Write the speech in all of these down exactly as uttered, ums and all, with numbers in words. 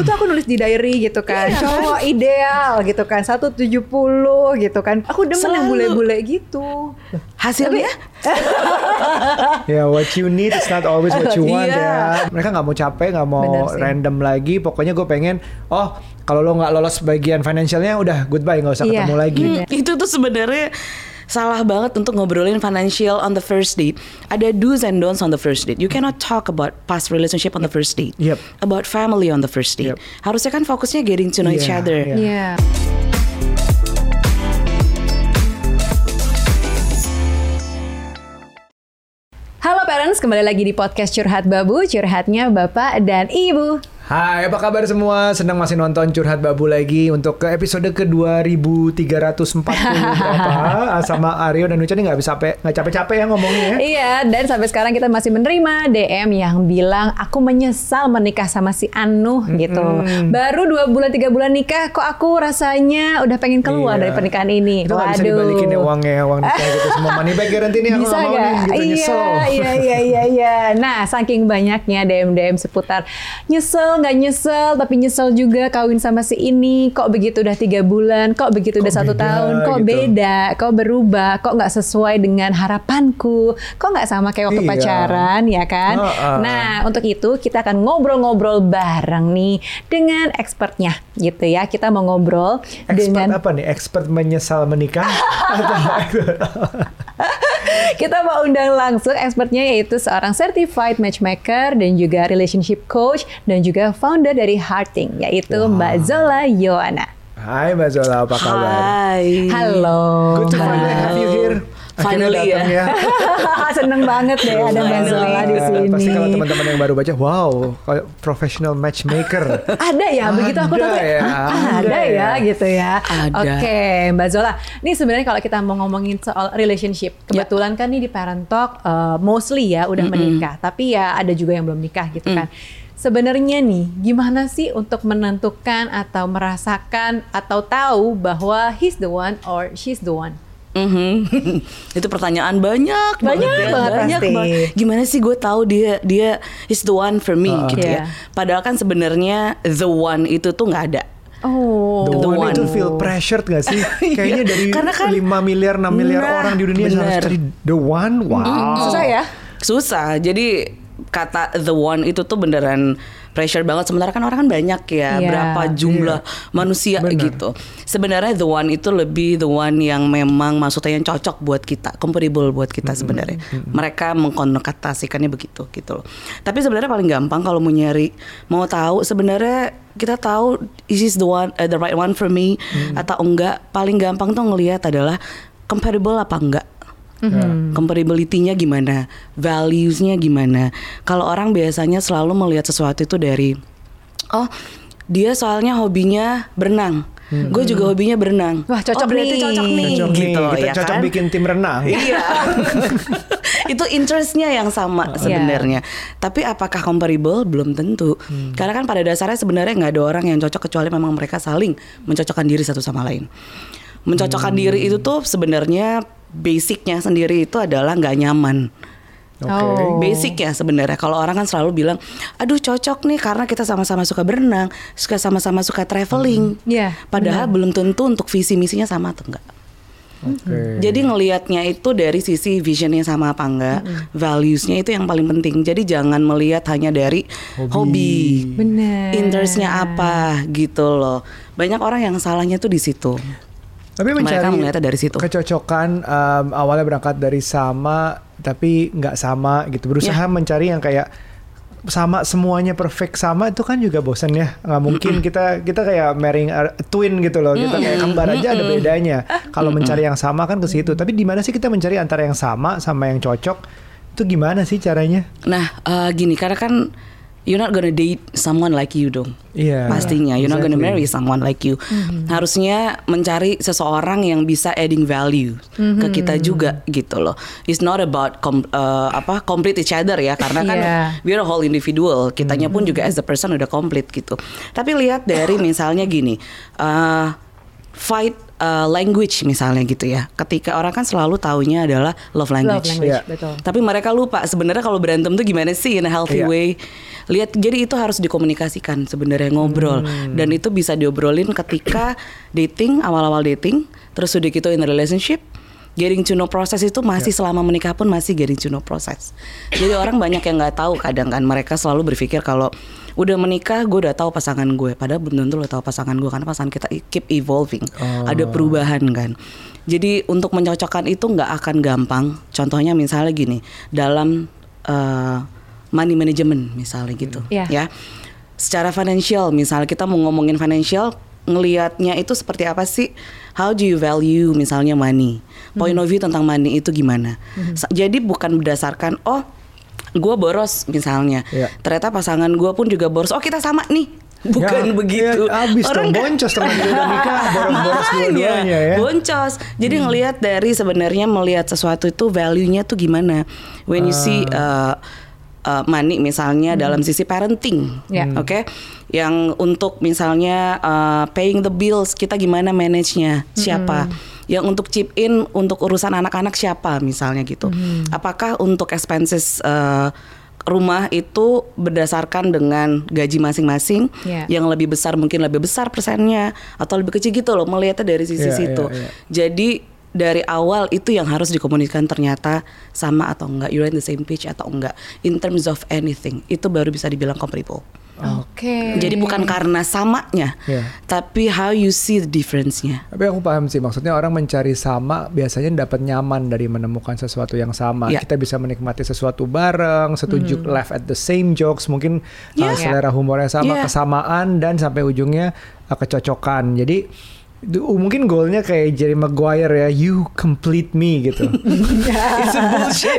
Dulu tuh aku nulis di diary gitu kan, yeah, cowok kan? Ideal gitu kan, seratus tujuh puluh gitu kan. Aku demen yang bule-bule gitu. Hasilnya? Ya, yeah, what you need is not always what you want yeah. ya. Mereka nggak mau capek, nggak mau random lagi. Pokoknya gue pengen, oh kalau lo nggak lolos bagian financialnya, udah goodbye, nggak usah yeah. ketemu lagi. Hmm, itu tuh sebenarnya salah banget untuk ngobrolin financial on the first date. Ada do's and don'ts on the first date. You cannot talk about past relationship on the first date. Yep. About family on the first date. Yep. Harusnya kan fokusnya getting to know yeah, each other. Iya. Yeah. Yeah. Halo parents, kembali lagi di podcast Curhat Babu, curhatnya Bapak dan Ibu. Hai, apa kabar semua? Senang masih nonton Curhat Babu lagi untuk ke episode ke dua ribu tiga ratus empat puluh berapa. Sama Aryo dan Uca nih gak bisa capek, gak capek-capek ya ngomongnya ya. Iya, dan sampai sekarang kita masih menerima D M yang bilang aku menyesal menikah sama si Anuh mm-hmm. gitu. Baru dua bulan tiga bulan nikah, kok aku rasanya udah pengen keluar iya. dari pernikahan ini. Itu gak bisa dibalikin ya uangnya, uang nikah gitu. Semua money back guarantee nih aku bisa gak mau nih gitu, iya, nyesel. Iya, iya, iya, iya. Nah, saking banyaknya D M D M seputar nyesel nggak nyesel, tapi nyesel juga kawin sama si ini, kok begitu udah tiga bulan, kok begitu kok udah satu tahun, kok gitu. Beda, kok berubah, kok nggak sesuai dengan harapanku, kok nggak sama kayak waktu iya. pacaran, ya kan? Oh, uh. Nah, untuk itu kita akan ngobrol-ngobrol bareng nih dengan expertnya, gitu ya. Kita mau ngobrol expert dengan apa nih? Expert menyesal menikah? Kita mau undang langsung expertnya, yaitu seorang certified matchmaker dan juga relationship coach dan juga founder dari Hearting, yaitu wow. Mbak Zola Yohana. Hai Mbak Zola, apa kabar? Hai. Halo. Good to finally have you here. Finally ya. ya. Seneng banget deh ada Mbak Zola di sini. Pasti kalau teman-teman yang baru baca, wow, professional matchmaker. Ada ya, begitu aku tahu ya, ah, ada ya, gitu ya. Oke, okay, Mbak Zola. Ini sebenarnya kalau kita mau ngomongin soal relationship, kebetulan ya. Kan nih di Parent Talk uh, mostly ya udah mm-hmm. menikah, tapi ya ada juga yang belum nikah gitu mm. kan. Sebenarnya nih, gimana sih untuk menentukan atau merasakan atau tahu bahwa he's the one or she's the one? Mm-hmm. Itu pertanyaan banyak banyak banget, banget banyak pasti. Banget. Gimana sih gue tahu dia dia is the one for me uh, gitu yeah. ya. Padahal kan sebenarnya the one itu tuh nggak ada. Oh, the, the one, one itu feel pressured gak sih? Kayaknya dari kan, lima miliar enam miliar nah, orang di dunia harus cari the one. Wow. Mm-hmm. Susah ya? Susah. Jadi kata the one itu tuh beneran pressure banget, sementara kan orang kan banyak ya, yeah. berapa jumlah yeah. manusia Bener. Gitu. Sebenarnya the one itu lebih the one yang memang maksudnya yang cocok buat kita, compatible buat kita sebenarnya. Mm-hmm. Mereka mengkonotasikannya begitu gitu loh. Tapi sebenarnya paling gampang kalau mau nyari, mau tahu sebenarnya kita tahu is this the one, uh, the right one for me mm-hmm. atau enggak. Paling gampang tuh ngelihat adalah compatible apa enggak. Mm-hmm. Compatibility-nya gimana, values-nya gimana. Kalau orang biasanya selalu melihat sesuatu itu dari, oh dia soalnya hobinya berenang, mm-hmm. gue juga hobinya berenang. Wah cocok oh, berarti nih, cocok nih, cocok gitu nih. Kita ya cocok kan? Bikin tim renang. Iya. Itu interest-nya yang sama sebenarnya. Yeah. Tapi apakah compatible? Belum tentu. Hmm. Karena kan pada dasarnya sebenarnya nggak ada orang yang cocok kecuali memang mereka saling mencocokkan diri satu sama lain. Mencocokkan hmm. diri itu tuh sebenarnya basicnya sendiri itu adalah nggak nyaman. Okay. Oh. Basic ya sebenarnya. Kalau orang kan selalu bilang, aduh cocok nih karena kita sama-sama suka berenang, suka sama-sama suka traveling. Hmm. Yeah, Padahal benar. belum tentu untuk visi misinya sama atau enggak. Okay. Jadi ngelihatnya itu dari sisi visionnya sama apa enggak, mm-hmm. valuesnya itu yang paling penting. Jadi jangan melihat hanya dari hobi, hobi. Bener. Interestnya apa gitu loh. Banyak orang yang salahnya tuh di situ. Tapi mencari dari situ. kecocokan um, awalnya berangkat dari sama tapi nggak sama gitu. Berusaha yeah. mencari yang kayak sama semuanya perfect sama itu kan juga bosan ya. Nggak mungkin mm-mm. kita kita kayak marrying a twin gitu loh. Kita kayak kembar aja ada bedanya. Kalau mencari yang sama kan ke situ. Tapi di mana sih kita mencari antara yang sama sama yang cocok? Itu gimana sih caranya? Nah, uh, gini karena kan you're not gonna date someone like you dong. Iya. Yeah, pastinya you're exactly. not gonna marry someone like you. Mm-hmm. Harusnya mencari seseorang yang bisa adding value mm-hmm. ke kita juga gitu loh. It's not about com- uh, apa complete each other ya, karena kan yeah. we're a whole individual. Kitanya mm-hmm. pun juga as a person udah complete gitu. Tapi lihat dari misalnya gini, uh, fight uh, language misalnya gitu ya. Ketika orang kan selalu taunya adalah love language. Love language, Yeah. betul. Tapi mereka lupa sebenarnya kalau berantem tuh gimana sih in a healthy Yeah. way. Lihat, jadi itu harus dikomunikasikan sebenarnya, ngobrol. Hmm. Dan itu bisa diobrolin ketika dating, awal-awal dating, terus udah gitu in a relationship. Getting to know process itu masih Yeah. selama menikah pun masih getting to know process. Jadi orang banyak yang nggak tahu kadang kan, mereka selalu berpikir kalau udah menikah gue udah tahu pasangan gue, padahal belum tentu lo tahu pasangan gue karena pasangan kita keep evolving, Oh. ada perubahan kan. Jadi untuk mencocokkan itu nggak akan gampang. Contohnya misalnya gini, dalam uh, money management misalnya gitu, Yeah. ya. Secara financial, misalnya kita mau ngomongin financial, ngelihatnya itu seperti apa sih? How do you value misalnya money? Point of view tentang money itu gimana? Sa- Jadi bukan berdasarkan oh gue boros misalnya, Yeah. ternyata pasangan gue pun juga boros. Oh kita sama nih, bukan Ya, begitu. ya, abis dong, nggak- boncos teman kita udah nikah, boros-boros Makanya, dua-duanya ya. boncos. Jadi ngelihat dari sebenarnya melihat sesuatu itu value-nya tuh gimana. When you see uh, uh, money misalnya dalam sisi parenting, Ya. oke, yang untuk misalnya uh, paying the bills kita gimana manage-nya, siapa? Yang untuk chip in untuk urusan anak-anak siapa misalnya gitu. Apakah untuk expenses uh, rumah itu berdasarkan dengan gaji masing-masing, Yeah. yang lebih besar mungkin lebih besar persennya atau lebih kecil gitu loh, melihatnya dari sisi Yeah, situ. yeah, yeah. Jadi dari awal itu yang harus dikomunikasikan, ternyata sama atau enggak, you're in the same page atau enggak in terms of anything, itu baru bisa dibilang compatible. Oke. Jadi bukan karena samanya, Yeah. tapi how you see the difference-nya. Tapi aku paham sih, maksudnya orang mencari sama biasanya dapat nyaman dari menemukan sesuatu yang sama. Ya. Kita bisa menikmati sesuatu bareng, setuju laugh at the same jokes, mungkin Ya. uh, selera humornya sama, Ya. kesamaan, dan sampai ujungnya uh, kecocokan. Jadi du- mungkin goalnya kayak Jerry Maguire ya, you complete me gitu. It's a bullshit.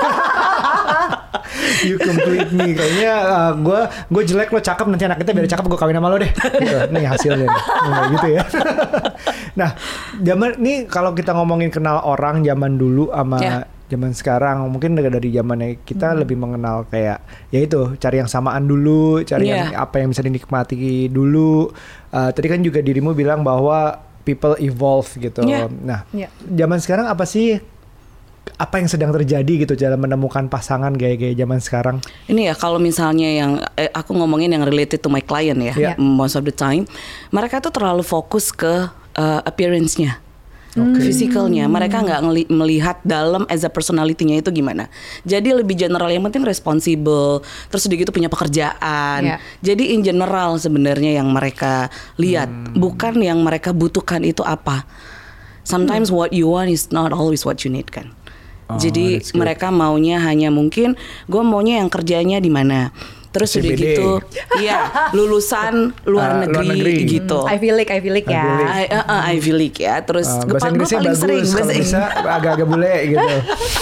You complete me, kayaknya uh, gue gue jelek lo cakep, nanti anak kita biar cakep gue kawin sama lo deh. Gitu. Nih hasilnya nih. Nah, gitu ya. Nah, zaman nih kalau kita ngomongin kenal orang zaman dulu sama Ya. zaman sekarang, mungkin dari dari zamannya kita lebih mengenal kayak ya itu, cari yang samaan dulu, cari yang Ya. apa yang bisa dinikmati dulu. Uh, tadi kan juga dirimu bilang bahwa people evolve gitu. Ya. Nah, Ya. zaman sekarang apa sih, apa yang sedang terjadi gitu dalam menemukan pasangan gaya-gaya zaman sekarang? Ini ya kalau misalnya yang eh, aku ngomongin yang related to my client ya, Yeah. most of the time mereka tuh terlalu fokus ke uh, appearance-nya, physicalnya. Mereka nggak ngeli- melihat dalam as a personality-nya itu gimana. Jadi lebih general, yang penting responsible, terus udah gitu punya pekerjaan. Yeah. Jadi in general sebenarnya yang mereka lihat, bukan yang mereka butuhkan itu apa. Sometimes what you want is not always what you need kan. Oh, Jadi that's good. mereka maunya hanya mungkin gue maunya yang kerjanya di mana. Terus udah C B D. gitu, iya lulusan luar Ah, negeri, luar negeri. gitu. Ivy League, Ivy League ya. Ivy League. I, uh, uh, Ivy League ya. Terus Uh, gua- bahasa gua Inggrisnya paling bagus, sering kalau bahasa bisa agak-agak bule gitu.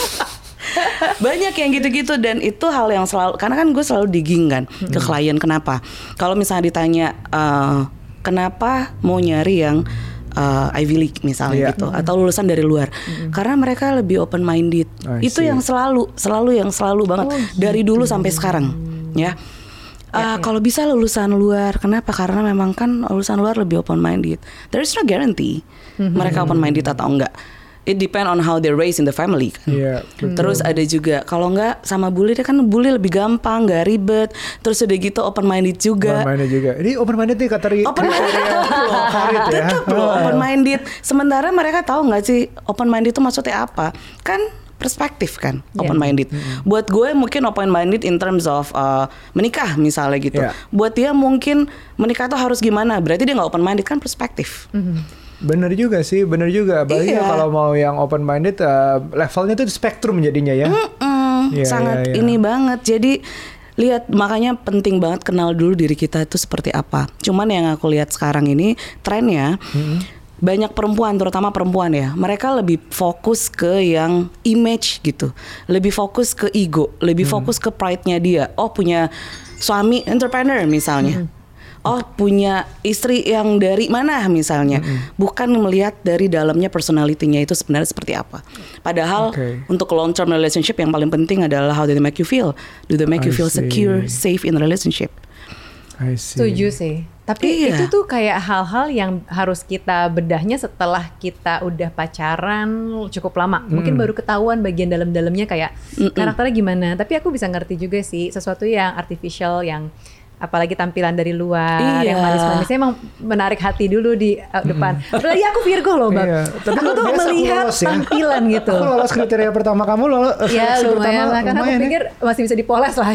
Banyak yang gitu-gitu, dan itu hal yang selalu, karena kan gue selalu digging kan ke klien. Kenapa? Kalau misalnya ditanya uh, kenapa mau nyari yang uh, Ivy League misalnya Iya. gitu, atau lulusan dari luar, karena mereka lebih open minded. I Itu see. yang selalu, selalu yang selalu banget dari dulu sampai sekarang, ya. Uh, Kalau bisa lulusan luar, kenapa? Karena memang kan lulusan luar lebih open minded. There is no guarantee mereka open minded atau enggak. It depend on how they raised in the family kan. Iya, betul. Terus ada juga kalau nggak sama bully, dia kan bully lebih gampang, nggak ribet. Terus udah gitu open minded juga. Open minded juga. Ini open minded nih kata Ri. Open minded tetap loh, Favorit ya. tetap loh open minded. Sementara mereka tahu nggak sih open minded itu maksudnya apa? Kan perspektif kan, open minded. Buat gue mungkin open minded in terms of uh, menikah misalnya gitu. Yeah. Buat dia mungkin menikah tuh harus gimana? Berarti dia nggak open minded, kan perspektif. Bener juga sih, bener juga. Apalagi Iya. kalau mau yang open minded, uh, levelnya tuh spektrum jadinya ya. Mm, Iya, sangat iya, iya. ini banget. Jadi lihat, makanya penting banget kenal dulu diri kita itu seperti apa. Cuman yang aku lihat sekarang ini trennya, banyak perempuan, terutama perempuan ya, mereka lebih fokus ke yang image gitu, lebih fokus ke ego, lebih fokus ke pride-nya dia. Oh punya suami entrepreneur misalnya. Oh punya istri yang dari mana misalnya, bukan melihat dari dalamnya personality-nya itu sebenarnya seperti apa. Padahal Okay. untuk long term relationship yang paling penting adalah how do they make you feel, do they make you I feel see. secure, safe in a relationship. I see. Setuju sih. Tapi Iya. itu tuh kayak hal-hal yang harus kita bedahnya setelah kita udah pacaran cukup lama. Mungkin baru ketahuan bagian dalam-dalamnya kayak Mm-mm. karakternya gimana. Tapi aku bisa ngerti juga sih sesuatu yang artificial, yang apalagi tampilan dari luar, Iya. yang manis-manisnya emang menarik hati dulu di uh, depan. Apalagi aku Virgo loh, Bang. Iya, tapi Aku luar tuh biasa aku melihat lolos ya. tampilan gitu. Aku lolos kriteria pertama kamu, lolos Ya seleksi lumayan pertama, lah, karena aku lumayan ya. pikir masih bisa dipoles lah.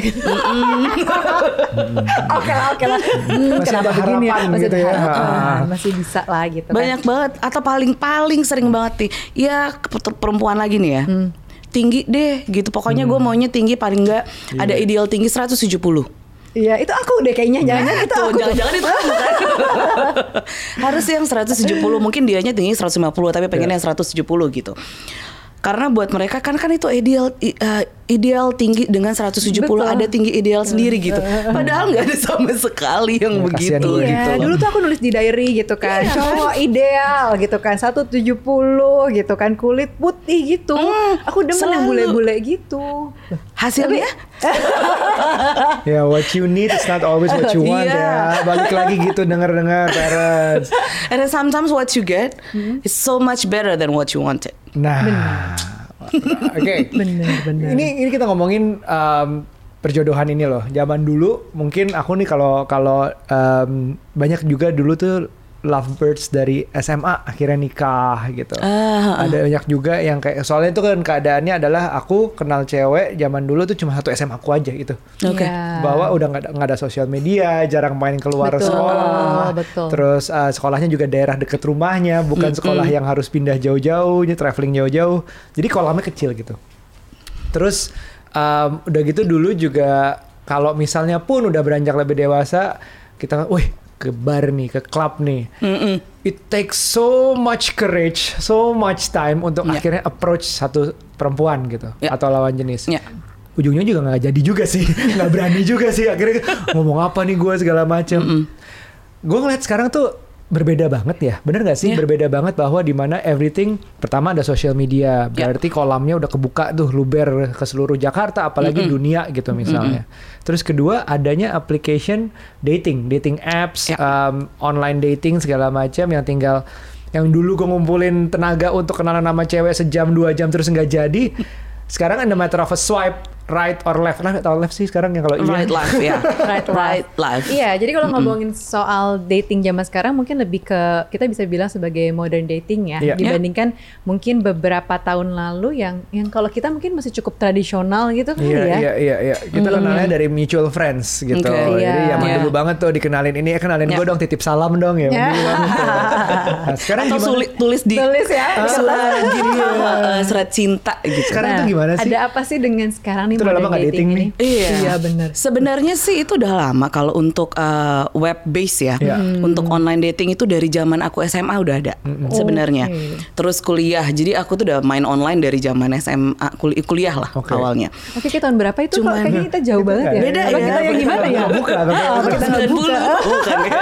Oke lah, oke lah. Hmm, Masih kenapa ada begini harapan Masih gitu ada ya. harapan, Ah. masih bisa lah gitu kan. Banyak banget atau paling-paling sering banget nih. Ya ke- perempuan lagi nih ya. Hmm. Tinggi deh gitu. Pokoknya gue maunya tinggi paling enggak ada ideal tinggi seratus tujuh puluh. Iya, itu aku deh kayaknya. Jangan-jangan itu Tuh, aku. tuh. jangan-jangan itu kamu kan. Harus yang seratus tujuh puluh, mungkin dianya tinggi seratus lima puluh tapi pengen yang seratus tujuh puluh gitu. Karena buat mereka kan kan itu ideal i- uh, ideal tinggi dengan seratus tujuh puluh, Betul. ada tinggi ideal sendiri gitu. Padahal nggak ada sama sekali yang Ya, kasihan begitu gue. gitu Iya, loh. dulu tuh aku nulis di diary gitu kan. Iya, Cowok ideal gitu kan, seratus tujuh puluh gitu kan, kulit putih gitu. Aku demen yang selalu. bule-bule gitu. Hasilnya Ya, what you need is not always what you want Iya. ya. Balik lagi gitu dengar-dengar parents. and then sometimes what you get is so much better than what you wanted. Nah, oke. Bener, bener. Ini ini kita ngomongin um, perjodohan ini loh. Zaman dulu mungkin aku nih kalau kalau um, banyak juga dulu tuh lovebirds dari S M A akhirnya nikah gitu. Ah, Ada banyak juga yang kayak soalnya itu kan keadaannya adalah aku kenal cewek zaman dulu tuh cuma satu S M A aku aja gitu. Oke. Iya. Bahwa udah nggak ada, nggak ada sosial media, jarang main keluar Betul, sekolah. betul. Terus uh, sekolahnya juga daerah deket rumahnya, bukan sekolah yang harus pindah jauh-jauh, ini traveling jauh-jauh. Jadi kolamnya kecil gitu. Terus um, udah gitu dulu juga kalau misalnya pun udah beranjak lebih dewasa, kita, wih ke bar nih, ke klub nih. Mm-mm. It takes so much courage, so much time untuk Ya. akhirnya approach satu perempuan gitu Ya. atau lawan jenis. Ya. Ujungnya juga nggak jadi juga sih, nggak berani juga sih akhirnya ngomong apa nih gue segala macem. Gue ngeliat sekarang tuh berbeda banget ya, bener nggak sih? Yeah. Berbeda banget bahwa di mana everything pertama ada social media, berarti kolamnya udah kebuka tuh luber ke seluruh Jakarta, apalagi dunia gitu misalnya. Terus kedua adanya application dating, dating apps, Yeah. um, online dating segala macam yang tinggal yang dulu gue ngumpulin tenaga untuk kenalan sama cewek sejam dua jam terus nggak jadi. Sekarang ada matter of a swipe right or left, right atau left sih sekarang ya kalau Right iya. life ya. Right, Right life. Iya, jadi kalau ngomongin soal dating zaman sekarang mungkin lebih ke kita bisa bilang sebagai modern dating ya, Iya. dibandingkan mungkin beberapa tahun lalu yang yang kalau kita mungkin masih cukup tradisional gitu kali Iya, ya. iya, iya, iya. Kita kenalnya dari mutual friends gitu. Oke. Jadi Iya. zaman Iya. dulu banget tuh dikenalin ini, eh kenalin Iya. gue dong, titip salam dong ya. Ya. Dulu banget tuh. Nah, sekarang Atau gimana? sulit tulis di Tulis ya. surat gitu, uh, surat cinta gitu. Sekarang tuh gimana sih? Ada apa sih dengan sekarang nih Itu udah lama modern nggak dating dating nih? ini? Iya. Iya benar. Sebenarnya sih itu udah lama kalau untuk uh, web base ya. Iya. Untuk online dating itu dari zaman aku S M A udah ada sebenarnya. Oke. Terus kuliah. Jadi aku tuh udah main online dari zaman S M A kul- kuliah lah Oke. awalnya. Oke, kita tahun berapa itu? Kok Cuman- kayaknya kita jauh banget ya. Beda Apa ya. kita yang gimana ya? Nggak buka, nggak buka. Oh, kita nggak buka. Bukan ya.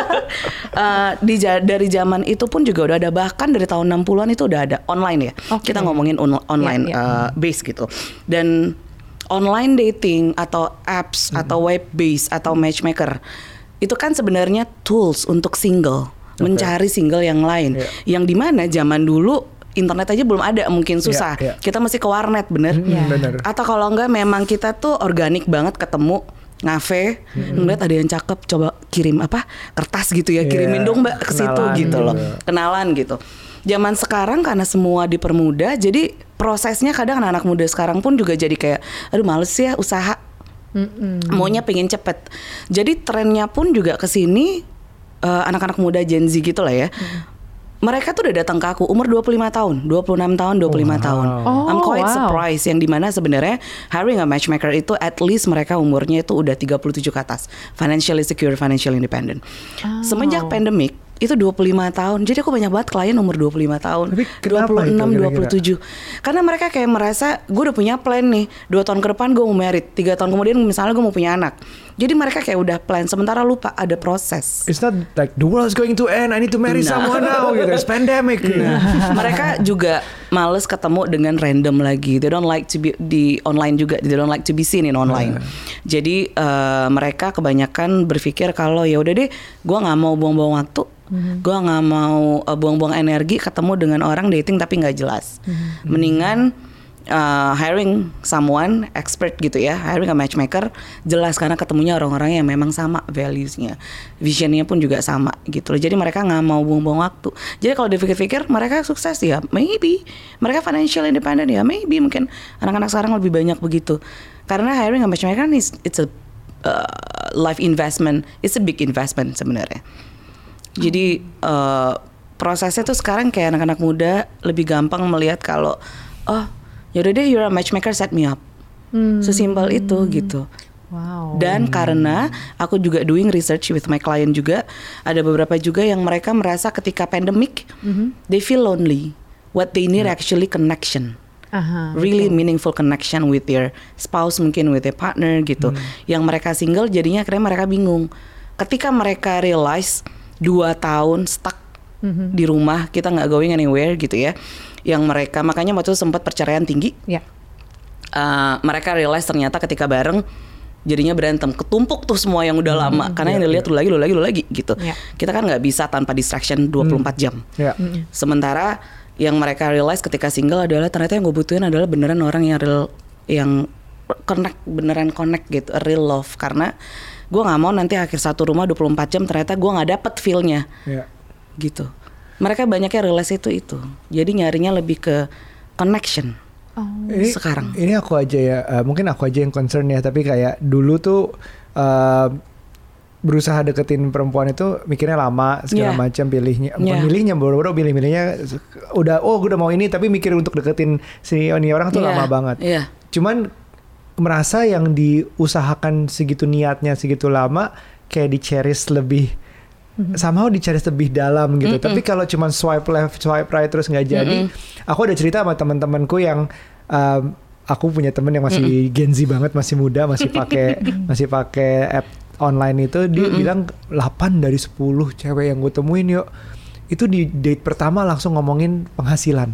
Uh, di ja- dari zaman itu pun juga udah ada, bahkan dari tahun enam puluhan itu udah ada online ya. Oke. Kita ngomongin on- online Iya, iya. uh, base gitu. Dan online dating atau apps atau web base atau matchmaker itu kan sebenarnya tools untuk single, mencari single yang lain. Iya. Yang dimana zaman dulu internet aja belum ada, mungkin susah. iya. Kita mesti ke warnet, bener? Hmm, Iya. bener. Atau kalau enggak memang kita tuh organik banget ketemu ngafe, ngeliat ada yang cakep, coba kirim apa kertas gitu ya, Iya, kirimin dong mbak ke situ kenalan gitu loh, gitu. kenalan gitu. Zaman sekarang karena semua dipermudah, jadi prosesnya kadang anak-anak muda sekarang pun juga jadi kayak, aduh males ya usaha, maunya pengen cepet. Jadi trennya pun juga ke sini eh, anak-anak muda Gen Z gitu lah ya. Mereka tuh udah datang ke aku umur dua puluh lima tahun, dua puluh enam tahun, dua puluh lima Wow. tahun. Oh, I'm quite wow. surprised yang dimana sebenarnya hiring a matchmaker itu at least mereka umurnya itu udah tiga puluh tujuh ke atas, financially secure, financially independent. Oh. Semenjak pandemic itu dua puluh lima tahun. Jadi aku banyak banget klien umur dua puluh lima tahun. Tapi dua puluh enam, itu, dua puluh tujuh. Karena mereka kayak merasa gue udah punya plan nih. Dua tahun ke depan gue mau married. Tiga tahun kemudian misalnya gue mau punya anak. Jadi mereka kayak udah plan. Sementara lupa ada proses. It's not like the world is going to end. I need to marry nah. someone now. Gitu. It's pandemic. Nah. Mereka juga males ketemu dengan random lagi. They don't like to be di online juga. They don't like to be seen in online. Nah. Jadi uh, mereka kebanyakan berpikir kalau ya udah deh, gue nggak mau buang-buang waktu. Mm-hmm. Gue nggak mau uh, buang-buang energi ketemu dengan orang dating tapi nggak jelas. Mm-hmm. Mendingan uh, hiring someone expert gitu ya, hiring a matchmaker jelas karena ketemunya orang-orang yang memang sama values-nya, visionnya pun juga sama gitu loh. Jadi mereka nggak mau buang-buang waktu. Jadi kalau dipikir-pikir mereka sukses ya, maybe mereka financial independent ya, maybe mungkin anak-anak sekarang lebih banyak begitu. Karena hiring a matchmaker is it's a uh, life investment, it's a big investment sebenarnya. Jadi uh, prosesnya tuh sekarang kayak anak-anak muda lebih gampang melihat kalau oh yaudah deh you're a matchmaker, set me up. Hmm. Sesimpel itu gitu. Wow. Dan karena aku juga doing research with my client juga, ada beberapa juga yang mereka merasa ketika pandemic mm-hmm. they feel lonely. What they need yeah. actually connection. Aha, really betul. Meaningful connection with their spouse, mungkin with their partner gitu. Hmm. Yang mereka single jadinya akhirnya mereka bingung. Ketika mereka realize dua tahun stuck mm-hmm. di rumah, kita nggak going anywhere gitu ya. Yang mereka makanya waktu itu sempat perceraian tinggi. Yeah. Uh, mereka realize ternyata ketika bareng jadinya berantem, ketumpuk tuh semua yang udah lama mm-hmm. karena yeah, yang dilihat yeah. lu lagi, lu lagi, lu lagi gitu. Yeah. Kita kan nggak bisa tanpa distraction dua puluh empat mm. jam. Yeah. Mm-hmm. Sementara yang mereka realize ketika single adalah ternyata yang gue butuhin adalah beneran orang yang real, yang connect, beneran connect gitu, a real love. Karena gue nggak mau nanti akhir satu rumah dua puluh empat jam ternyata gue nggak dapet feel-nya, yeah. gitu. Mereka banyaknya realize itu itu. Jadi nyarinya lebih ke connection. Oh. Ini, sekarang. Ini aku aja ya, uh, mungkin aku aja yang concern ya. Tapi kayak dulu tuh uh, berusaha deketin perempuan itu mikirnya lama segala yeah. macam, pilihnya, yeah. milihnya baru-baru pilih-milihnya udah oh gue udah mau ini tapi mikir untuk deketin si ini orang tuh yeah. lama banget. Yeah. Cuman merasa yang diusahakan segitu niatnya segitu lama kayak di cherish lebih mm-hmm. somehow di cherish lebih dalam gitu. Mm-hmm. Tapi kalau cuma swipe left swipe right terus nggak jadi, mm-hmm. aku udah cerita sama teman-temanku yang um, aku punya temen yang masih mm-hmm. Gen Z banget, masih muda, masih pakai masih pakai app online itu, dia mm-hmm. bilang delapan dari sepuluh cewek yang gue temuin yuk itu di date pertama langsung ngomongin penghasilan.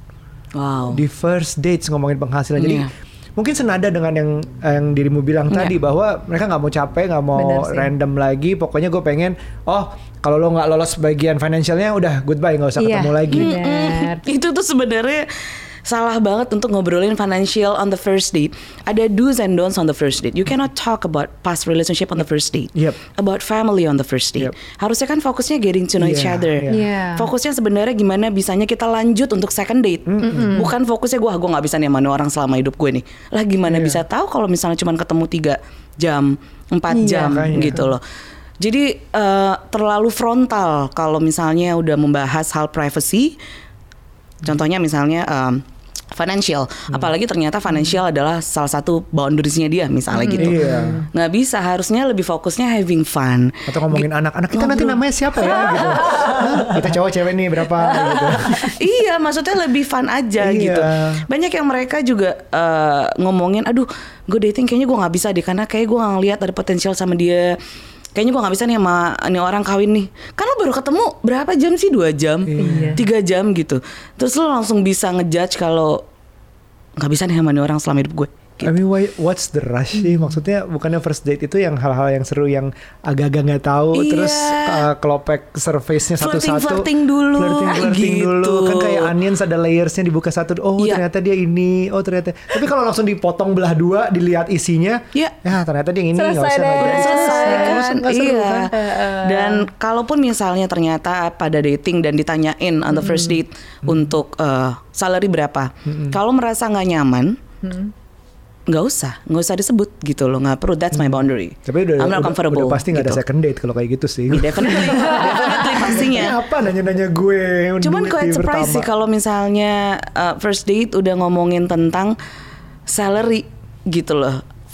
Wow. Di first dates ngomongin penghasilan. Jadi yeah. mungkin senada dengan yang yang dirimu bilang yeah. tadi bahwa mereka nggak mau capek, nggak mau random lagi. Pokoknya gue pengen, oh kalau lo nggak lolos bagian financialnya udah goodbye, nggak usah yeah. ketemu lagi. Mm-hmm. Itu tuh sebenarnya salah banget untuk ngobrolin financial on the first date. Ada do's and don'ts on the first date. You cannot talk about past relationship on the first date. Yep. About family on the first date. Yep. Harusnya kan fokusnya getting to know yeah, each other. Yeah. Yeah. Fokusnya sebenarnya gimana bisanya kita lanjut untuk second date. Mm-hmm. Bukan fokusnya gue, gue nggak bisa nih sama orang selama hidup gue nih. Lah gimana yeah. bisa tahu kalau misalnya cuma ketemu tiga jam, empat yeah. jam yeah. gitu loh. Jadi uh, terlalu frontal kalau misalnya udah membahas hal privacy. Contohnya misalnya um, financial, hmm. apalagi ternyata financial hmm. adalah salah satu boundariesnya dia misalnya hmm. gitu. Iya. Nggak bisa, harusnya lebih fokusnya having fun. Atau ngomongin G- anak-anak kita ngobrol. Nanti namanya siapa ya gitu. Kita cowok cewek nih berapa gitu. Iya, maksudnya lebih fun aja iya. gitu. Banyak yang mereka juga uh, ngomongin, aduh gue dating kayaknya gue nggak bisa deh karena kayak gue nggak ngeliat ada potensial sama dia. Kayaknya gue gak bisa nih sama ini orang kawin nih. Kan lo baru ketemu berapa jam sih? Dua jam? Iya. Tiga jam gitu. Terus lo langsung bisa ngejudge kalau gak bisa nih sama ini orang selama hidup gue gitu. I mean why, what's the rush sih? Maksudnya bukannya first date itu yang hal-hal yang seru, yang agak-agak gak tahu. Iya. Terus uh, kelopek surface-nya satu-satu. Flirting-flirting dulu. Flirting-flirting gitu. Dulu. Kan kayak onions ada layers-nya dibuka satu. Oh iya. Ternyata dia ini. Oh ternyata. Tapi kalau langsung dipotong belah dua, dilihat isinya. Iya. Ya ternyata dia yang ini. Selesai gak usah deh. Udah selesai kan. Iya. Kan? Dan kalaupun misalnya ternyata pada dating dan ditanyain on the first date hmm. untuk uh, salary berapa. Hmm. Kalau merasa gak nyaman. Hmm. Nggak usah, nggak usah disebut gitu loh, nggak perlu. That's my boundary. Tapi udah, I'm not comfortable. Udah, udah pasti nggak gitu. Ada second date kalau kayak gitu sih. Definitely, definitely pastinya. Ini apa nanya-nanya gue? Cuman quite surprise sih kalau misalnya uh, first date udah ngomongin tentang salary gitu loh.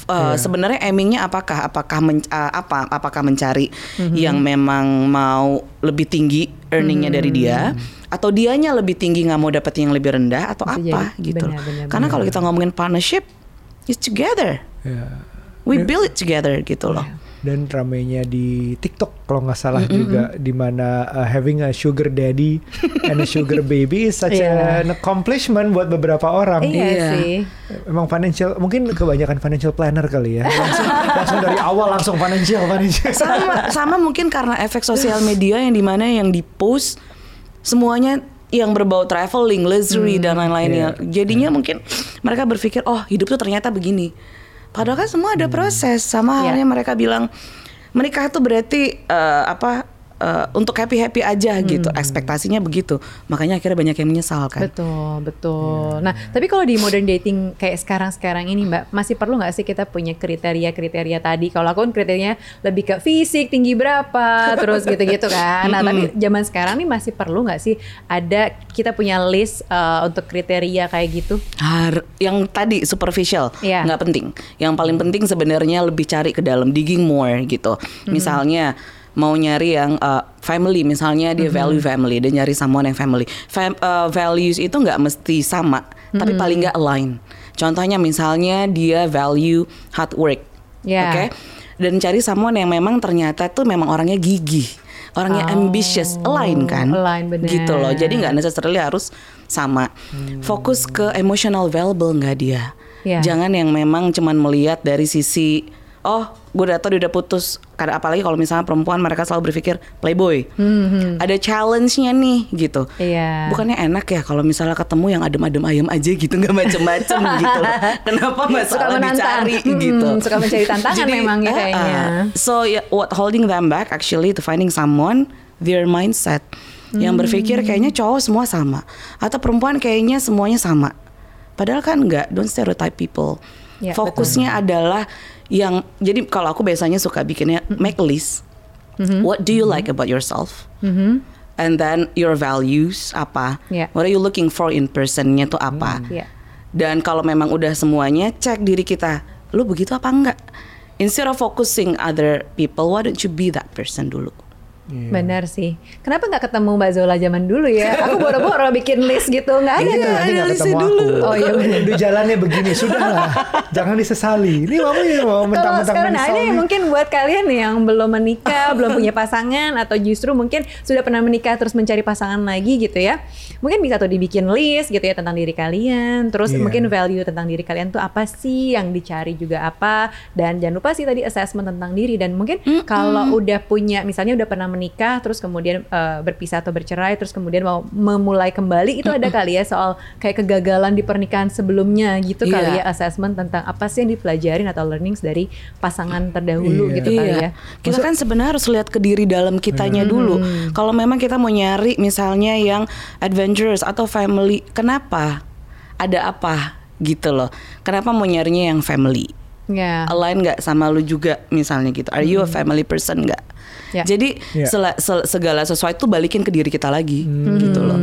Uh, Yeah. Sebenarnya aimingnya apakah? Apakah men, uh, apa? Apakah mencari mm-hmm. yang memang mau lebih tinggi earningnya mm-hmm. dari dia, atau dianya lebih tinggi nggak mau dapet yang lebih rendah, atau Bisa apa jadi. gitu? Benar, benar, Karena benar. kalau kita ngomongin partnership, it's together. Yeah. We build it together gitu loh. Yeah. Dan ramainya di TikTok kalau nggak salah Mm-mm. juga, di mana uh, having a sugar daddy and a sugar baby is such Yeah. an accomplishment buat beberapa orang. Iya Iya. sih. Emang financial, mungkin kebanyakan financial planner kali ya. Langsung, langsung dari awal langsung financial, financial. Sama, sama mungkin karena efek sosial media yang dimana yang di post semuanya yang berbau traveling, luxury Hmm, dan lain-lainnya. yeah, Jadinya mungkin mereka berpikir, oh hidup tuh ternyata begini. Padahal kan semua ada proses. Sama Yeah. halnya mereka bilang menikah tuh berarti uh, apa? Uh, untuk happy-happy aja gitu, ekspektasinya begitu, makanya akhirnya banyak yang menyesal kan. Betul, betul. Nah, tapi kalau di modern dating kayak sekarang-sekarang ini, Mbak, masih perlu nggak sih kita punya kriteria-kriteria tadi? Kalau aku kan kriterianya lebih ke fisik, tinggi berapa, terus gitu-gitu kan. Nah, tapi zaman sekarang nih masih perlu nggak sih ada kita punya list uh, untuk kriteria kayak gitu? Har, yang tadi superficial Iya. nggak penting. Yang paling penting sebenarnya lebih cari ke dalam, digging more gitu. Misalnya mau nyari yang uh, family, misalnya dia Mm-hmm. value family, dia nyari someone yang family. Fam, uh, values itu nggak mesti sama, Mm-hmm. tapi paling nggak align. Contohnya misalnya dia value hard work, Yeah. oke? Dan cari someone yang memang ternyata tuh memang orangnya gigih, orangnya Oh, ambitious, align kan? align, benar. Gitu loh. Jadi nggak necessarily harus sama. Fokus ke emotional available nggak dia. Yeah. Jangan yang memang cuman melihat dari sisi oh, gue udah tau dia udah putus. Karena apalagi kalau misalnya perempuan mereka selalu berpikir playboy. Hmm. Ada challenge-nya nih gitu. Iya. Bukannya enak ya kalau misalnya ketemu yang adem-adem ayam aja gitu, nggak macem-macem gitu loh. Kenapa Suka masalah menantang. dicari Hmm, gitu. suka mencari tantangan memang ya uh, kayaknya. uh, So yeah, what holding them back actually to finding someone, their mindset. Yang Hmm. berpikir kayaknya cowok semua sama, atau perempuan kayaknya semuanya sama. Padahal kan enggak, don't stereotype people. Ya, Fokusnya adalah yang, jadi kalau aku biasanya suka bikinnya make a list. Mm-hmm. What do you like about yourself? Mhm. And then your values apa? Ya. What are you looking for in personnya tuh apa? Iya. Dan kalau memang udah semuanya, cek diri kita, lu begitu apa enggak? Instead of focusing other people, why don't you be that person dulu? Iya. Benar sih. Kenapa nggak ketemu Mbak Zola zaman dulu ya? Aku boro-boro bikin list gitu, nggak ada. Ini nggak nanti ada nggak listnya ketemu aku. Oh iya benar. Udah jalannya begini, sudahlah. Jangan disesali. Ini mama ya mau Kalau mentang-mentang sekarang, nah menyesal ini nih. mungkin buat kalian nih yang belum menikah, belum punya pasangan, atau justru mungkin sudah pernah menikah terus mencari pasangan lagi gitu ya. Mungkin bisa tuh dibikin list gitu ya tentang diri kalian. Terus Iya. mungkin value tentang diri kalian tuh apa sih, yang dicari juga apa. Dan jangan lupa sih tadi assessment tentang diri. Dan mungkin kalau udah punya, misalnya udah pernah menikah, terus kemudian uh, berpisah atau bercerai, terus kemudian mau memulai kembali, itu ada kali ya soal kayak kegagalan di pernikahan sebelumnya gitu Iya. kali ya, assessment tentang apa sih yang dipelajarin atau learnings dari pasangan terdahulu Iya. gitu kali ya. Kita kan sebenarnya harus lihat ke diri dalam kitanya dulu. Kalau memang kita mau nyari misalnya yang adventurous atau family, kenapa? Ada apa gitu loh. Kenapa mau nyarinya yang family? Ya. Align nggak sama lu juga misalnya gitu. Are you a family person nggak? Ya. Jadi Ya. sela- sel- segala sesuatu balikin ke diri kita lagi gitu loh.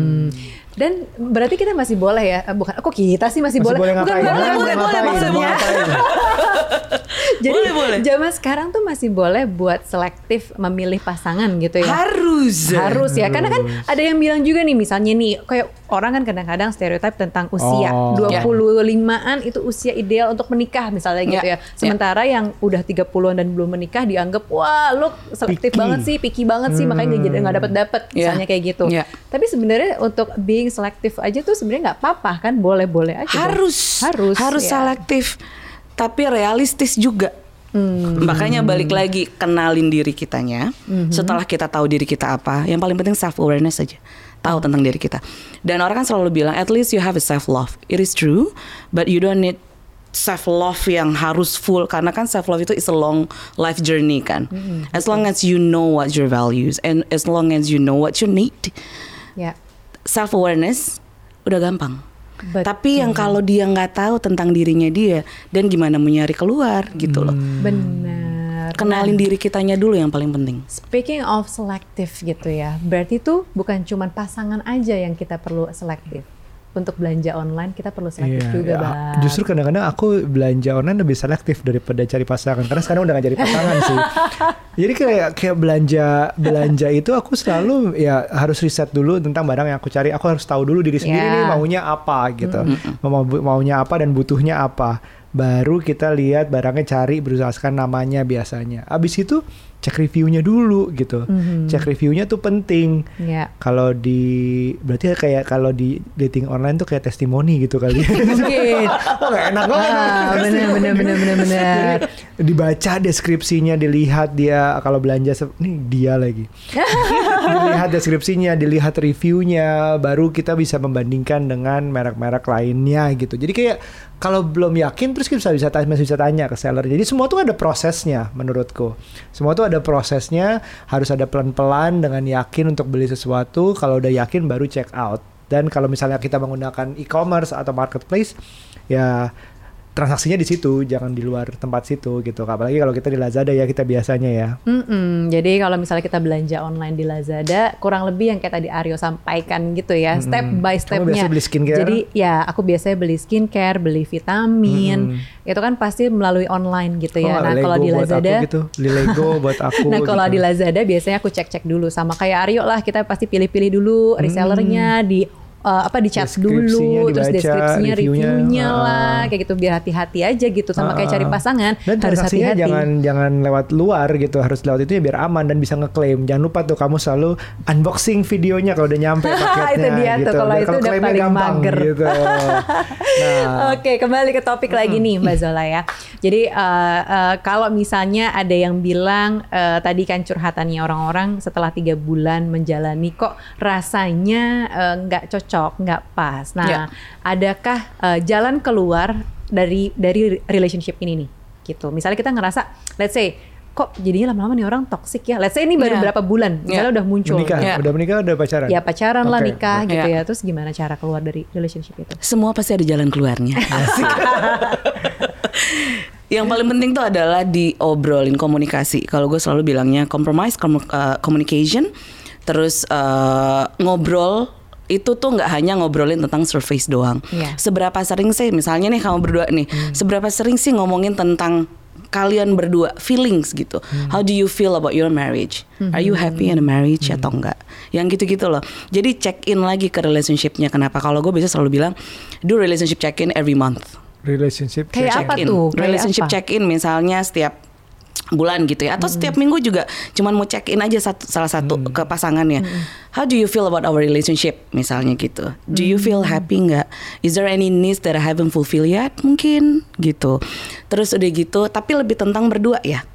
Dan berarti kita masih boleh ya, eh, bukan, kok kita sih masih, Masih boleh bukan ngapain? boleh, Mau boleh, boleh, ngapain? maksudnya. Mau ngapain? Jadi Boleh, boleh. zaman sekarang tuh masih boleh buat selektif memilih pasangan gitu ya. Harus. Harus ya, karena kan ada yang bilang juga nih, misalnya nih, kayak orang kan kadang-kadang stereotip tentang usia. Oh. dua puluh limaan itu usia ideal untuk menikah misalnya gitu Ya. ya. Sementara yang udah tiga puluhan dan belum menikah dianggap, wah lu selektif Picky. banget sih, picky banget sih, makanya gak, nggak dapet-dapet Ya. misalnya kayak gitu. Ya. Tapi sebenarnya untuk being selektif aja tuh sebenarnya nggak apa-apa kan, boleh-boleh aja. dong. Harus. harus, Harus ya. selektif. Tapi realistis juga. Hmm. Makanya balik lagi, kenalin diri kitanya. Setelah kita tahu diri kita apa, yang paling penting self awareness aja. Tahu tentang diri kita. Dan orang kan selalu bilang, at least you have a self love. It is true, but you don't need self love yang harus full, karena kan self love itu is a long life journey kan. As long as you know what your values and as long as you know what you need, Ya. self awareness udah gampang. Betul. Tapi yang kalau dia nggak tahu tentang dirinya dia dan gimana mau nyari keluar gitu loh. Benar. Kenalin diri kitanya dulu yang paling penting. Speaking of selektif gitu ya, berarti tuh bukan cuma pasangan aja yang kita perlu selektif. untuk belanja online kita perlu selektif Iya, juga, ya, Bang. Justru kadang-kadang aku belanja online lebih selektif daripada cari pasangan, karena sekarang udah gak cari pasangan sih. Jadi kayak kayak belanja belanja itu aku selalu ya harus riset dulu tentang barang yang aku cari. Aku harus tahu dulu diri sendiri Yeah. nih maunya apa gitu, Mm-hmm. mau maunya apa dan butuhnya apa. Baru kita lihat barangnya, cari, berusahakan namanya biasanya. Abis itu cek reviewnya dulu gitu. Mhm. Cek reviewnya tuh penting. Ya. Kalau di berarti kayak kalau di dating online tuh kayak testimoni gitu kali. Mungkin. Oh, gak enak banget. Ah, bener bener bener bener bener. Jadi dibaca deskripsinya, dilihat dia kalau belanja se- nih dia lagi. Dilihat deskripsinya, dilihat reviewnya, baru kita bisa membandingkan dengan merek-merek lainnya gitu. Jadi kayak kalau belum yakin terus kita bisa bisa tanya, masih bisa tanya ke seller. Jadi semua tuh ada prosesnya menurutku. Semua tuh ada prosesnya, harus ada pelan-pelan dengan yakin untuk beli sesuatu. Kalau udah yakin baru check out. Dan kalau misalnya kita menggunakan e-commerce atau marketplace, ya transaksinya di situ, jangan di luar tempat situ gitu. Apalagi kalau kita di Lazada ya, kita biasanya ya. Mm-mm. Jadi kalau misalnya kita belanja online di Lazada, kurang lebih yang kayak tadi Aryo sampaikan gitu ya, Mm-mm. step by Kamu stepnya. biasa beli skincare? Jadi ya aku biasanya beli skincare, beli vitamin, Mm-mm. itu kan pasti melalui online gitu ya. Oh, Nah Lego kalau di buat Lazada, aku gitu, beli Lego buat aku. nah kalau gitu. di Lazada biasanya aku cek-cek dulu sama kayak Aryo lah, kita pasti pilih-pilih dulu resellernya di uh, apa di chat Deskripsinya dulu, terus dibaca, deskripsinya, reviewnya, reviewnya uh, lah, kayak gitu biar hati-hati aja gitu sama kayak cari pasangan, dan harus transaksinya hati-hati. jangan jangan lewat luar gitu, harus lewat itu ya biar aman dan bisa ngeklaim. Jangan lupa tuh kamu selalu unboxing videonya kalau udah nyampe paketnya. Itu dia gitu. tuh, kalau Biar itu udah klaimnya paling gampang, mager. gitu. Nah, Oke, kembali ke topik lagi nih Mbak Zola ya. Jadi uh, uh, kalau misalnya ada yang bilang uh, tadi kan curhatannya orang-orang setelah tiga bulan menjalani kok rasanya uh, nggak cocok, nggak pas. Nah, Ya. adakah uh, jalan keluar dari dari relationship ini nih? Gitu. Misalnya kita ngerasa, let's say kok jadinya lama-lama nih orang toxic ya. Let's say ini baru Ya. berapa bulan, misalnya Ya. udah muncul. menikah, Ya. udah menikah, udah pacaran. Ya pacaran lah, Oke, nikah oke. gitu Ya. ya. Terus gimana cara keluar dari relationship itu? Semua pasti ada jalan keluarnya. Yang paling penting tuh adalah diobrolin, komunikasi. Kalau gue selalu bilangnya compromise, com- uh, communication, terus uh, ngobrol. Itu tuh nggak hanya ngobrolin tentang surface doang. Iya. Seberapa sering sih, misalnya nih kamu berdua nih, seberapa sering sih ngomongin tentang kalian berdua feelings gitu. How do you feel about your marriage? Are you happy in a marriage atau enggak? Yang gitu-gitu loh. Jadi check in lagi ke relationshipnya. Kenapa? Kalau gue biasa selalu bilang, do relationship check in every month. Relationship Kayak check- apa Check-in. tuh? Kayak Relationship apa? check in misalnya setiap bulan gitu ya, atau setiap minggu juga cuman mau check in aja satu, salah satu ke pasangannya. How do you feel about our relationship misalnya gitu? Do you feel happy nggak? Is there any needs that I haven't fulfilled yet? Mungkin gitu. Terus udah gitu, tapi lebih tentang berdua ya.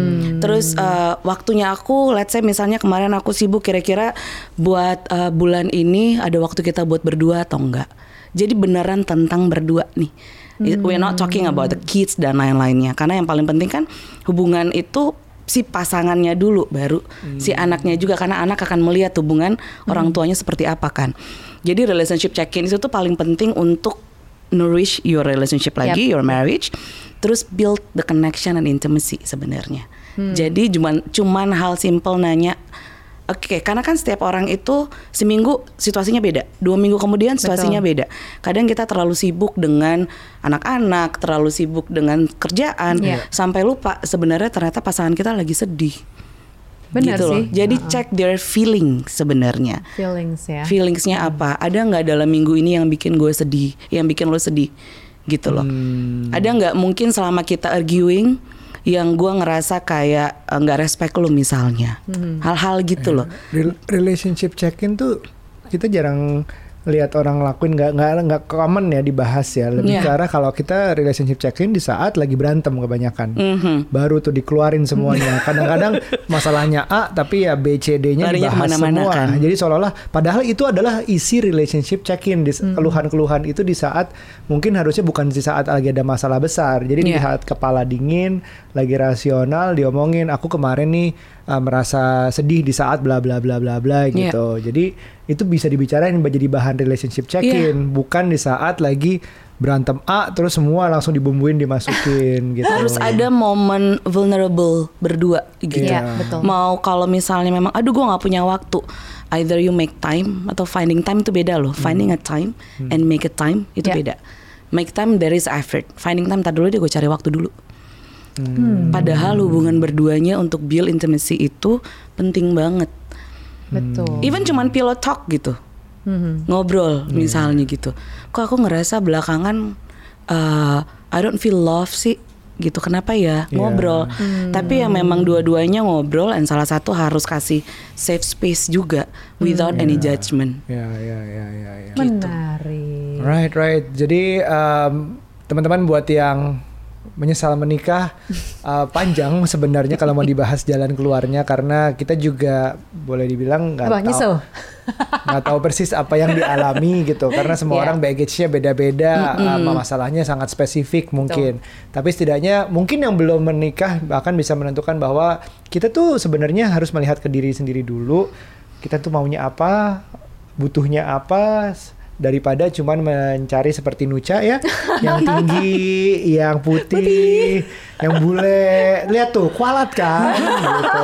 Terus uh, waktunya aku, let's say misalnya kemarin aku sibuk, kira-kira buat uh, bulan ini ada waktu kita buat berdua atau enggak? Jadi beneran tentang berdua nih. We're not talking about the kids dan lain-lainnya. Karena yang paling penting kan hubungan itu si pasangannya dulu, baru hmm. si anaknya juga. Karena anak akan melihat hubungan hmm. orang tuanya seperti apa kan. Jadi relationship check-in itu tuh paling penting untuk nourish your relationship lagi, Yep. your marriage. Terus build the connection and intimacy sebenarnya. Hmm. Jadi cuman cuman hal simple nanya. Oke, okay, karena kan setiap orang itu seminggu situasinya beda, dua minggu kemudian situasinya Betul. beda. Kadang kita terlalu sibuk dengan anak-anak, terlalu sibuk dengan kerjaan, Yeah. sampai lupa sebenarnya ternyata pasangan kita lagi sedih. Benar gitu loh. sih. Jadi Uh-uh. check their feeling sebenarnya. Feelings ya. Feelingsnya apa? Ada nggak dalam minggu ini yang bikin gue sedih, yang bikin lo sedih, gitu loh. Hmm. Ada nggak mungkin selama kita arguing yang gue ngerasa kayak uh, nggak respect lo misalnya, hal-hal gitu loh. Rel- relationship check-in tuh kita jarang lihat orang lakuin, nggak nggak nggak common ya dibahas ya. Lebih Yeah. ke arah kalau kita relationship check-in di saat lagi berantem kebanyakan, Mhm. baru tuh dikeluarin semuanya. Kadang-kadang masalahnya A tapi ya B C D-nya Larinya dibahas kemana-mana semua. kan. Jadi seolah-olah padahal itu adalah isi relationship check-in. Di, keluhan-keluhan itu di saat mungkin harusnya bukan di saat lagi ada masalah besar. Jadi di Yeah. saat kepala dingin, lagi rasional diomongin, aku kemarin nih uh, merasa sedih di saat bla bla bla bla bla Yeah. gitu. Jadi itu bisa dibicarain jadi bahan relationship check-in, bukan di saat lagi berantem A terus semua langsung dibumbuin dimasukin gitu. Harus ada momen vulnerable berdua gitu. Iya, betul. Mau kalau misalnya memang aduh gue nggak punya waktu, either you make time atau finding time itu beda loh. Finding a time hmm. and make a time itu Yeah. beda. Make time there is effort. Finding time tar dulu deh gue cari waktu dulu. Hmm. Padahal hubungan berduanya untuk build intimacy itu penting banget. Betul. Even cuman pillow talk gitu, mm-hmm. ngobrol mm. misalnya gitu. Kok aku ngerasa belakangan uh, I don't feel love sih gitu. Kenapa ya? Yeah. Ngobrol. Mm. Tapi ya memang dua-duanya ngobrol, dan salah satu harus kasih safe space juga without mm. any judgment. Ya, ya, ya, ya, ya. Menarik. Right, right. Jadi um, teman-teman buat yang menyesal menikah uh, panjang sebenarnya kalau mau dibahas jalan keluarnya, karena kita juga boleh dibilang nggak tahu nggak tahu persis apa yang dialami gitu, karena semua yeah. orang baggage-nya beda-beda, mm-hmm. uh, masalahnya sangat spesifik mungkin. Betul. Tapi setidaknya mungkin yang belum menikah bahkan bisa menentukan bahwa kita tuh sebenarnya harus melihat ke diri sendiri dulu. Kita tuh maunya apa, butuhnya apa, daripada cuman mencari seperti Nucha ya, yang tinggi, yang putih, putih, yang bule. Lihat tuh, kualat kan gitu.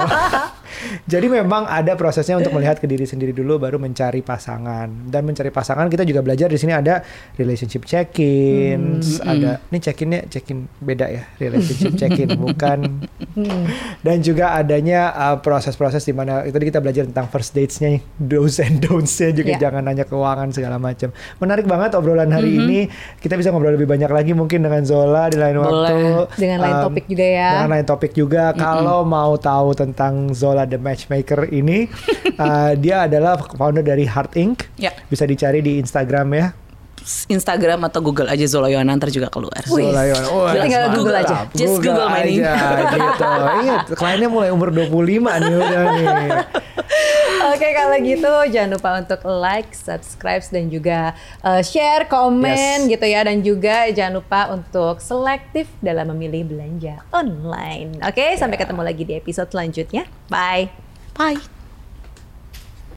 Jadi memang ada prosesnya untuk melihat ke diri sendiri dulu baru mencari pasangan. Dan mencari pasangan kita juga belajar di sini ada relationship check-in, hmm, ada ini check-innya check-in beda ya, relationship check-in bukan. Dan juga adanya uh, proses-proses di mana tadi kita belajar tentang first dates-nya, do's and don'ts-nya juga, yeah. jangan nanya keuangan segala macam. Menarik banget obrolan hari mm-hmm. ini. Kita bisa ngobrol lebih banyak lagi mungkin dengan Zola di lain Boleh. waktu. Dengan lain um, topik juga ya. Dengan lain topik juga. Mm-hmm. Kalau mau tahu tentang Zola the Matchmaker ini, uh, dia adalah founder dari Heart Incorporated. Ya. Bisa dicari di Instagram ya. Instagram atau Google aja Zola Yohana, ntar juga keluar. Zola Yohana. Oh, tinggal Google mantap. aja. Just Google, Google my name. Gitu. Ingat, kliennya mulai umur dua puluh lima nih udah nih. Oke, kalau gitu jangan lupa untuk like, subscribe, dan juga uh, share, komen yes. gitu ya. Dan juga jangan lupa untuk selektif dalam memilih belanja online. Oke, yeah. sampai ketemu lagi di episode selanjutnya. Bye. Bye.